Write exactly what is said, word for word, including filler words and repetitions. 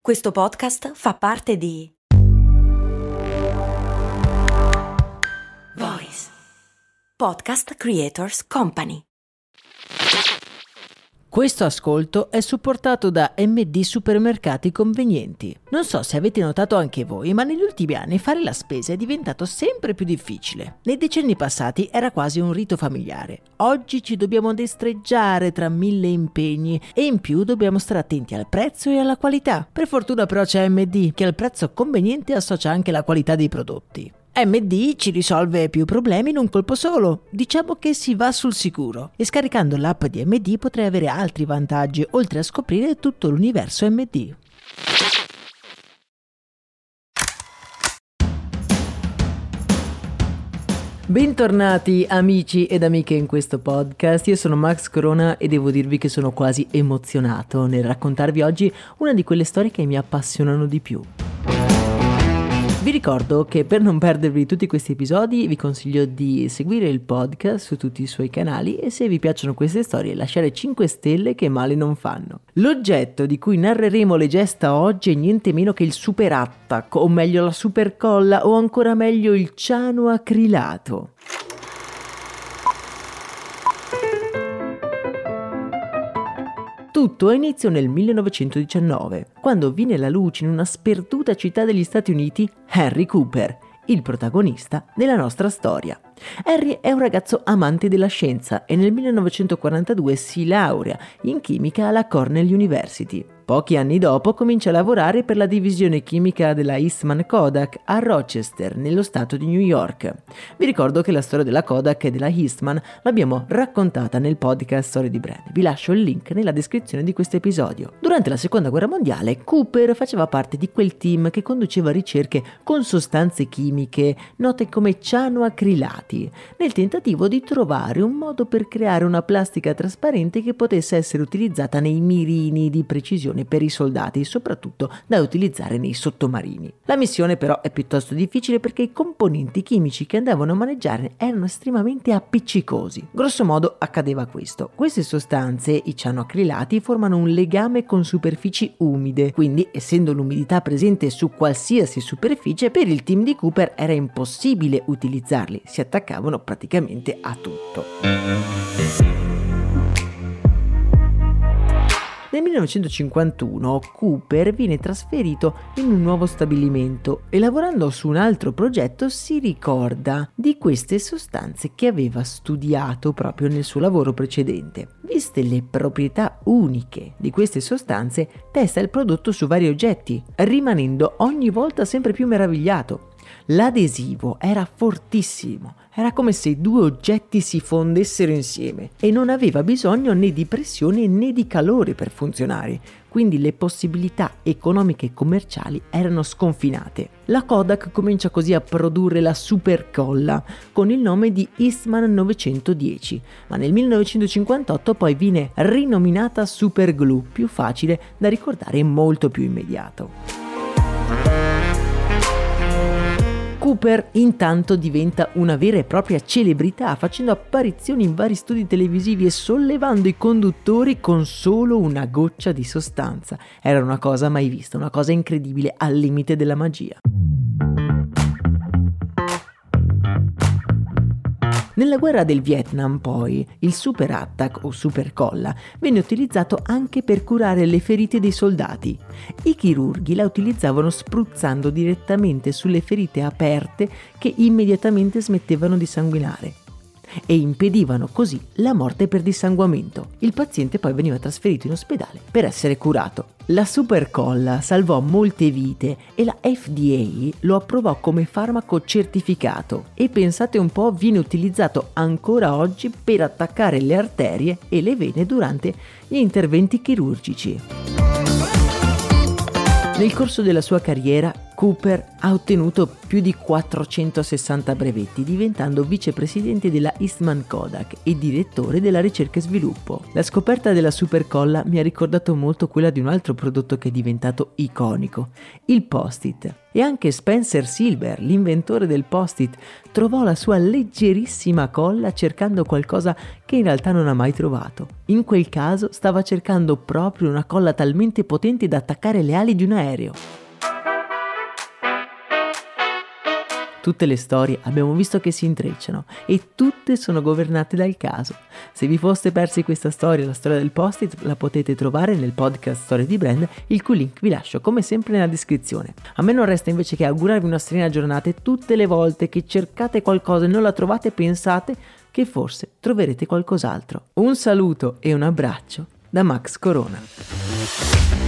Questo podcast fa parte di Voice Podcast Creators Company. Questo ascolto è supportato da M D Supermercati Convenienti. Non so se avete notato anche voi, ma negli ultimi anni fare la spesa è diventato sempre più difficile. Nei decenni passati era quasi un rito familiare. Oggi ci dobbiamo destreggiare tra mille impegni e in più dobbiamo stare attenti al prezzo e alla qualità. Per fortuna però c'è M D, che al prezzo conveniente associa anche la qualità dei prodotti. M D ci risolve più problemi in un colpo solo. Diciamo che si va sul sicuro. E scaricando l'app di M D potrai avere altri vantaggi, oltre a scoprire tutto l'universo M D. Bentornati amici ed amiche in questo podcast. Io sono Max Corona e devo dirvi che sono quasi emozionato nel raccontarvi oggi una di quelle storie che mi appassionano di più. Vi ricordo che per non perdervi tutti questi episodi vi consiglio di seguire il podcast su tutti i suoi canali e se vi piacciono queste storie lasciare cinque stelle che male non fanno. L'oggetto di cui narreremo le gesta oggi è niente meno che il super attack, o meglio la super colla, o ancora meglio il cianoacrilato. Tutto ha inizio nel millenovecentodiciannove, quando viene alla luce in una sperduta città degli Stati Uniti Harry Cooper, il protagonista della nostra storia. Harry è un ragazzo amante della scienza e nel millenovecentoquarantadue si laurea in chimica alla Cornell University. Pochi anni dopo comincia a lavorare per la divisione chimica della Eastman Kodak a Rochester, nello stato di New York. Vi ricordo che la storia della Kodak e della Eastman l'abbiamo raccontata nel podcast Storie di Brand. Vi lascio il link nella descrizione di questo episodio. Durante la seconda guerra mondiale, Cooper faceva parte di quel team che conduceva ricerche con sostanze chimiche note come cianoacrilati, nel tentativo di trovare un modo per creare una plastica trasparente che potesse essere utilizzata nei mirini di precisione per i soldati, soprattutto da utilizzare nei sottomarini. La missione però è piuttosto difficile perché i componenti chimici che andavano a maneggiare erano estremamente appiccicosi. Grosso modo accadeva questo: queste sostanze, i cianoacrilati, formano un legame con superfici umide, quindi essendo l'umidità presente su qualsiasi superficie, per il team di Cooper era impossibile utilizzarli, si attaccavano praticamente a tutto. Nel millenovecentocinquantuno Cooper viene trasferito in un nuovo stabilimento e lavorando su un altro progetto si ricorda di queste sostanze che aveva studiato proprio nel suo lavoro precedente. Viste le proprietà uniche di queste sostanze, testa il prodotto su vari oggetti, rimanendo ogni volta sempre più meravigliato. L'adesivo era fortissimo, era come se due oggetti si fondessero insieme e non aveva bisogno né di pressione né di calore per funzionare, quindi le possibilità economiche e commerciali erano sconfinate. La Kodak comincia così a produrre la super colla con il nome di Eastman novecentodieci, ma nel millenovecentocinquantotto poi viene rinominata Super Glue, più facile da ricordare e molto più immediato. Cooper intanto diventa una vera e propria celebrità, facendo apparizioni in vari studi televisivi e sollevando i conduttori con solo una goccia di sostanza. Era una cosa mai vista, una cosa incredibile, al limite della magia. Nella guerra del Vietnam, poi, il super attack o super colla venne utilizzato anche per curare le ferite dei soldati. I chirurghi la utilizzavano spruzzando direttamente sulle ferite aperte che immediatamente smettevano di sanguinare e impedivano così la morte per dissanguamento. Il paziente poi veniva trasferito in ospedale per essere curato. La super colla salvò molte vite e la F D A lo approvò come farmaco certificato e pensate un po', viene utilizzato ancora oggi per attaccare le arterie e le vene durante gli interventi chirurgici. Nel corso della sua carriera Cooper ha ottenuto più di quattrocentosessanta brevetti, diventando vicepresidente della Eastman Kodak e direttore della ricerca e sviluppo. La scoperta della supercolla mi ha ricordato molto quella di un altro prodotto che è diventato iconico, il Post-it. E anche Spencer Silver, l'inventore del Post-it, trovò la sua leggerissima colla cercando qualcosa che in realtà non ha mai trovato. In quel caso stava cercando proprio una colla talmente potente da attaccare le ali di un aereo. Tutte le storie abbiamo visto che si intrecciano e tutte sono governate dal caso. Se vi foste persi questa storia, la storia del Post-it, la potete trovare nel podcast Storie di Brand, il cui link vi lascio come sempre nella descrizione. A me non resta invece che augurarvi una serena giornata e tutte le volte che cercate qualcosa e non la trovate pensate che forse troverete qualcos'altro. Un saluto e un abbraccio da Max Corona.